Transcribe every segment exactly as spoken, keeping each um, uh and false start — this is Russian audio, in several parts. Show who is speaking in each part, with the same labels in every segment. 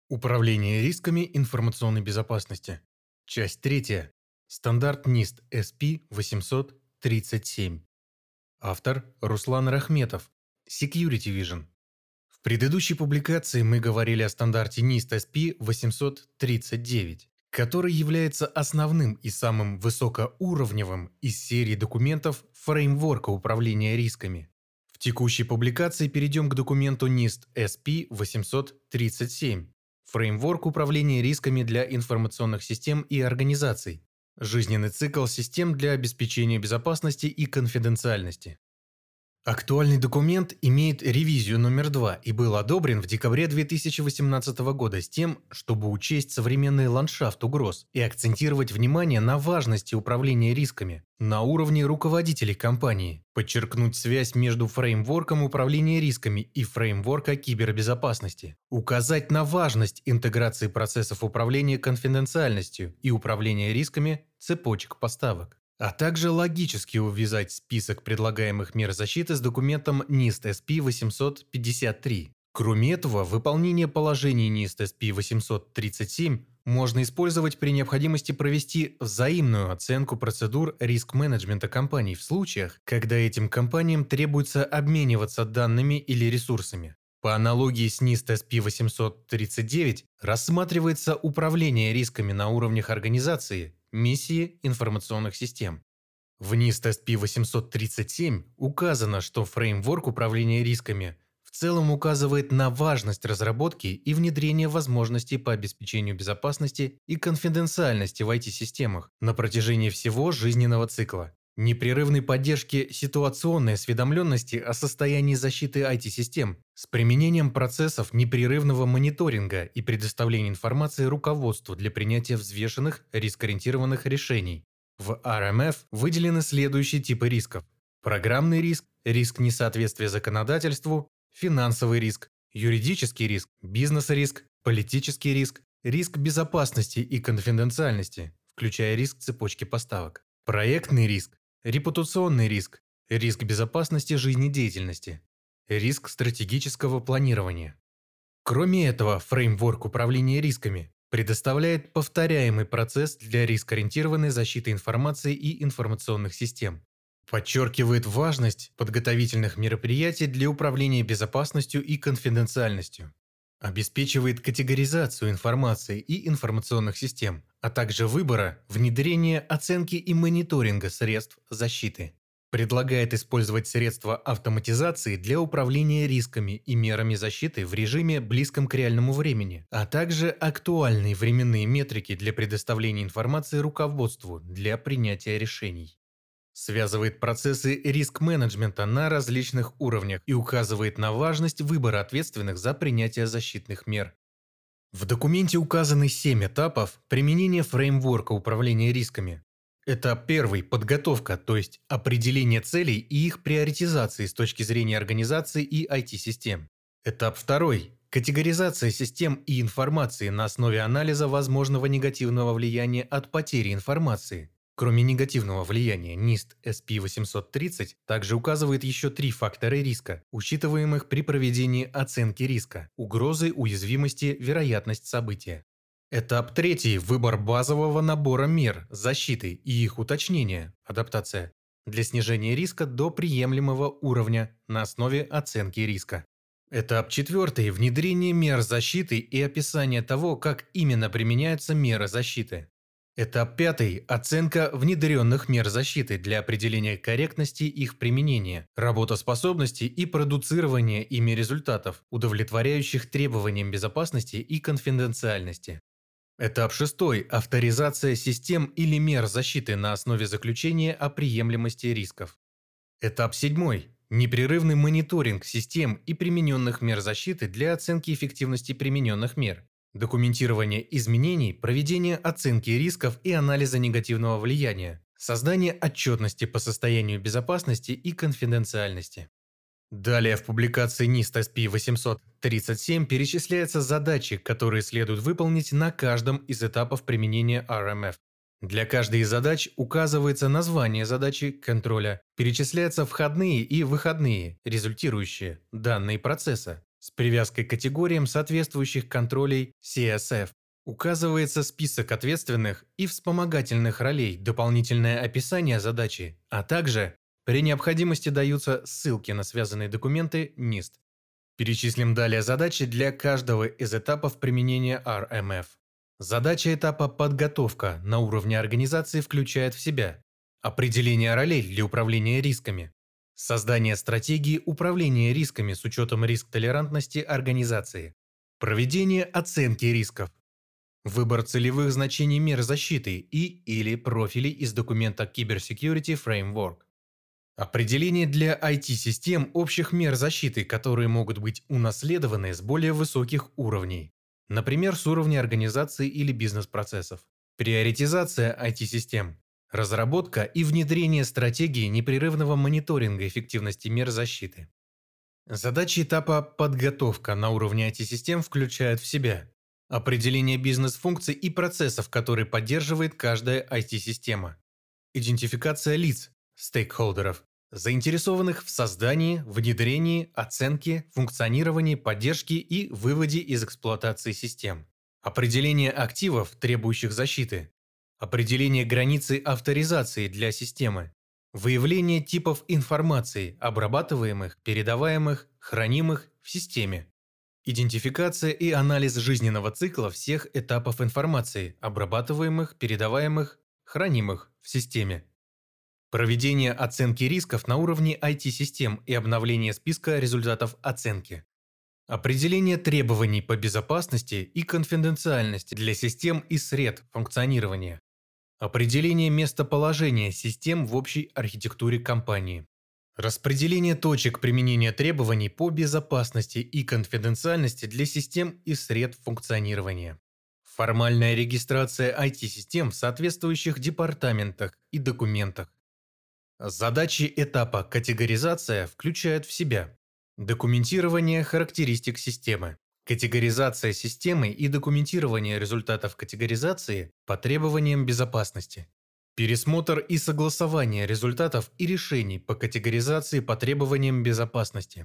Speaker 1: Управление рисками информационной безопасности. Часть третья. Стандарт нист эс пи восемьсот тридцать семь. Автор Руслан Рахметов. Security Vision. В предыдущей публикации мы говорили о стандарте нист эс пи восемьсот тридцать девять, который является основным и самым высокоуровневым из серии документов фреймворка управления рисками. В текущей публикации перейдем к документу нист эс пи восемьсот тридцать семь. Фреймворк управления рисками для информационных систем и организаций. Жизненный цикл систем для обеспечения безопасности и конфиденциальности. Актуальный документ имеет ревизию номер два и был одобрен в декабре две тысячи восемнадцатого года с тем, чтобы учесть современный ландшафт угроз и акцентировать внимание на важности управления рисками на уровне руководителей компании, подчеркнуть связь между фреймворком управления рисками и фреймворка кибербезопасности, указать на важность интеграции процессов управления конфиденциальностью и управления рисками цепочек поставок, а также логически увязать список предлагаемых мер защиты с документом нист эс пи восемьсот пятьдесят три. Кроме этого, выполнение положений нист эс пи восемьсот тридцать семь можно использовать при необходимости провести взаимную оценку процедур риск-менеджмента компаний в случаях, когда этим компаниям требуется обмениваться данными или ресурсами. По аналогии с нист эс пи восемьсот тридцать девять рассматривается управление рисками на уровнях организации, миссии информационных систем. В нист эс пи восемьсот тридцать семь указано, что фреймворк управления рисками в целом указывает на важность разработки и внедрения возможностей по обеспечению безопасности и конфиденциальности в ай ти-системах на протяжении всего жизненного цикла, непрерывной поддержки ситуационной осведомленности о состоянии защиты ай ти-систем с применением процессов непрерывного мониторинга и предоставления информации руководству для принятия взвешенных рискоориентированных решений. В ар эм эф выделены следующие типы рисков: программный риск, риск несоответствия законодательству, финансовый риск, юридический риск, бизнес-риск, политический риск, риск безопасности и конфиденциальности, включая риск цепочки поставок, проектный риск, репутационный риск, риск безопасности жизнедеятельности, риск стратегического планирования. Кроме этого, фреймворк управления рисками предоставляет повторяемый процесс для рискоориентированной защиты информации и информационных систем, подчеркивает важность подготовительных мероприятий для управления безопасностью и конфиденциальностью, обеспечивает категоризацию информации и информационных систем, а также выбора, внедрения, оценки и мониторинга средств защиты. Предлагает использовать средства автоматизации для управления рисками и мерами защиты в режиме, близком к реальному времени, а также актуальные временные метрики для предоставления информации руководству для принятия решений. Связывает процессы риск-менеджмента на различных уровнях и указывает на важность выбора ответственных за принятие защитных мер. В документе указаны семь этапов применения фреймворка управления рисками. Этап первый – подготовка, то есть определение целей и их приоритизации с точки зрения организации и ай ти-систем. Этап второй – категоризация систем и информации на основе анализа возможного негативного влияния от потери информации. Кроме негативного влияния, нист эс пи восемьсот тридцать также указывает еще три фактора риска, учитываемых при проведении оценки риска: угрозы, уязвимости, вероятность события. Этап третий – выбор базового набора мер защиты и их уточнение, адаптация, для снижения риска до приемлемого уровня на основе оценки риска. Этап четвертый – внедрение мер защиты и описание того, как именно применяются меры защиты. Этап пятый – оценка внедренных мер защиты для определения корректности их применения, работоспособности и продуцирования ими результатов, удовлетворяющих требованиям безопасности и конфиденциальности. Этап шестой – авторизация систем или мер защиты на основе заключения о приемлемости рисков. Этап седьмой – непрерывный мониторинг систем и примененных мер защиты для оценки эффективности примененных мер, документирование изменений, проведение оценки рисков и анализа негативного влияния, создание отчетности по состоянию безопасности и конфиденциальности. Далее в публикации нист эс пи восемьсот тридцать семь перечисляются задачи, которые следует выполнить на каждом из этапов применения ар эм эф. Для каждой из задач указывается название задачи контроля, перечисляются входные и выходные, результирующие данные процесса, С привязкой к категориям соответствующих контролей си эс эф указывается список ответственных и вспомогательных ролей, дополнительное описание задачи, а также при необходимости даются ссылки на связанные документы нист. Перечислим далее задачи для каждого из этапов применения ар эм эф. Задача этапа «Подготовка» на уровне организации включает в себя определение ролей для управления рисками, создание стратегии управления рисками с учетом риск-толерантности организации, проведение оценки рисков, выбор целевых значений мер защиты и или профилей из документа Cybersecurity Framework, определение для ай ти-систем общих мер защиты, которые могут быть унаследованы с более высоких уровней, например, с уровня организации или бизнес-процессов, приоритизация ай ти-систем, разработка и внедрение стратегии непрерывного мониторинга эффективности мер защиты. Задачи этапа «Подготовка» на уровне ай ти-систем включают в себя определение бизнес-функций и процессов, которые поддерживает каждая ай ти-система, идентификация лиц, стейкхолдеров, заинтересованных в создании, внедрении, оценке, функционировании, поддержке и выводе из эксплуатации систем, определение активов, требующих защиты, определение границы авторизации для системы, выявление типов информации, обрабатываемых, передаваемых, хранимых в системе, идентификация и анализ жизненного цикла всех этапов информации, обрабатываемых, передаваемых, хранимых в системе, проведение оценки рисков на уровне ай ти-систем и обновление списка результатов оценки, определение требований по безопасности и конфиденциальности для систем и сред функционирования, определение местоположения систем в общей архитектуре компании, распределение точек применения требований по безопасности и конфиденциальности для систем и сред функционирования, формальная регистрация ай ти-систем в соответствующих департаментах и документах. Задачи этапа «Категоризация» включают в себя документирование характеристик системы, категоризация системы и документирование результатов категоризации по требованиям безопасности, пересмотр и согласование результатов и решений по категоризации по требованиям безопасности.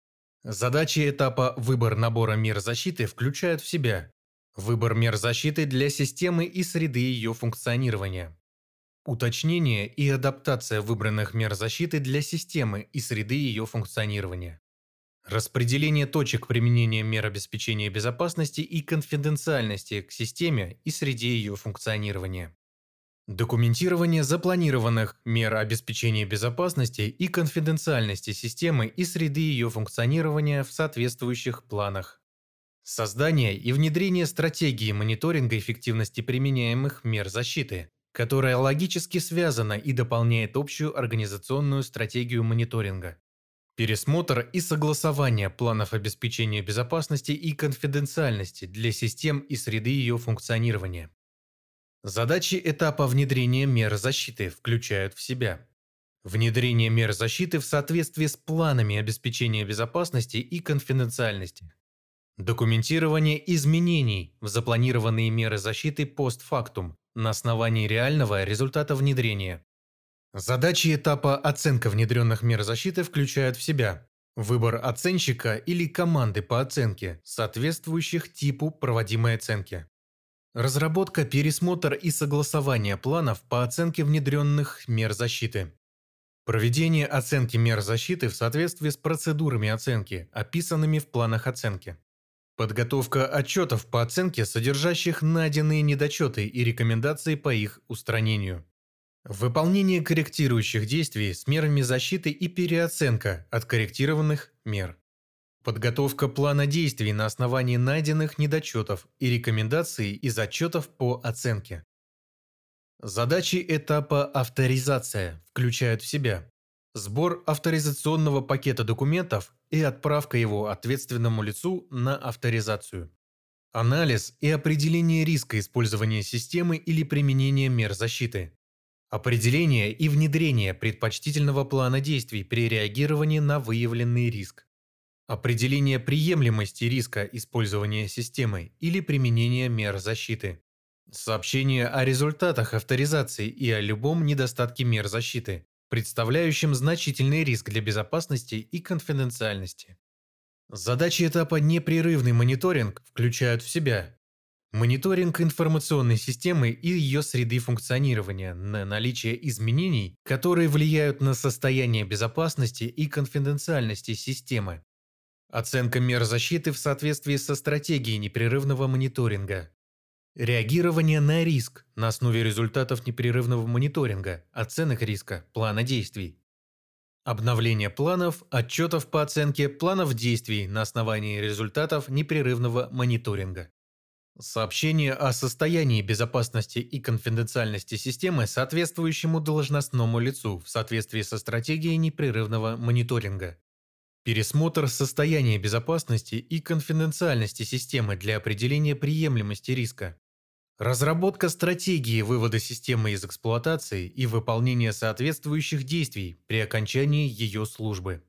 Speaker 1: Задачи этапа «Выбор набора мер защиты» включают в себя выбор мер защиты для системы и среды ее функционирования, уточнение и адаптация выбранных мер защиты для системы и среды ее функционирования, распределение точек применения мер обеспечения безопасности и конфиденциальности к системе и среде ее функционирования, документирование запланированных мер обеспечения безопасности и конфиденциальности системы и среды ее функционирования в соответствующих планах, создание и внедрение стратегии мониторинга эффективности применяемых мер защиты, которая логически связана и дополняет общую организационную стратегию мониторинга, пересмотр и согласование планов обеспечения безопасности и конфиденциальности для систем и среды ее функционирования. Задачи этапа внедрения мер защиты включают в себя внедрение мер защиты в соответствии с планами обеспечения безопасности и конфиденциальности, документирование изменений в запланированные меры защиты постфактум на основании реального результата внедрения. Задачи этапа «Оценка внедренных мер защиты» включают в себя выбор оценщика или команды по оценке, соответствующих типу проводимой оценки, разработка, пересмотр и согласование планов по оценке внедренных мер защиты, проведение оценки мер защиты в соответствии с процедурами оценки, описанными в планах оценки, подготовка отчетов по оценке, содержащих найденные недочеты и рекомендации по их устранению, выполнение корректирующих действий с мерами защиты и переоценка откорректированных мер, подготовка плана действий на основании найденных недочетов и рекомендаций из отчетов по оценке. Задачи этапа «Авторизация» включают в себя сбор авторизационного пакета документов и отправка его ответственному лицу на авторизацию, анализ и определение риска использования системы или применения мер защиты, определение и внедрение предпочтительного плана действий при реагировании на выявленный риск, определение приемлемости риска использования системы или применения мер защиты, сообщение о результатах авторизации и о любом недостатке мер защиты, представляющем значительный риск для безопасности и конфиденциальности. Задачи этапа «Непрерывный мониторинг» включают в себя мониторинг информационной системы и ее среды функционирования на наличие изменений, которые влияют на состояние безопасности и конфиденциальности системы. Оценка мер защиты в соответствии со стратегией непрерывного мониторинга. Реагирование на риск на основе результатов непрерывного мониторинга, оценок риска, плана действий. Обновление планов, отчетов по оценке планов действий на основании результатов непрерывного мониторинга. Сообщение о состоянии безопасности и конфиденциальности системы соответствующему должностному лицу в соответствии со стратегией непрерывного мониторинга. Пересмотр состояния безопасности и конфиденциальности системы для определения приемлемости риска. Разработка стратегии вывода системы из эксплуатации и выполнения соответствующих действий при окончании ее службы.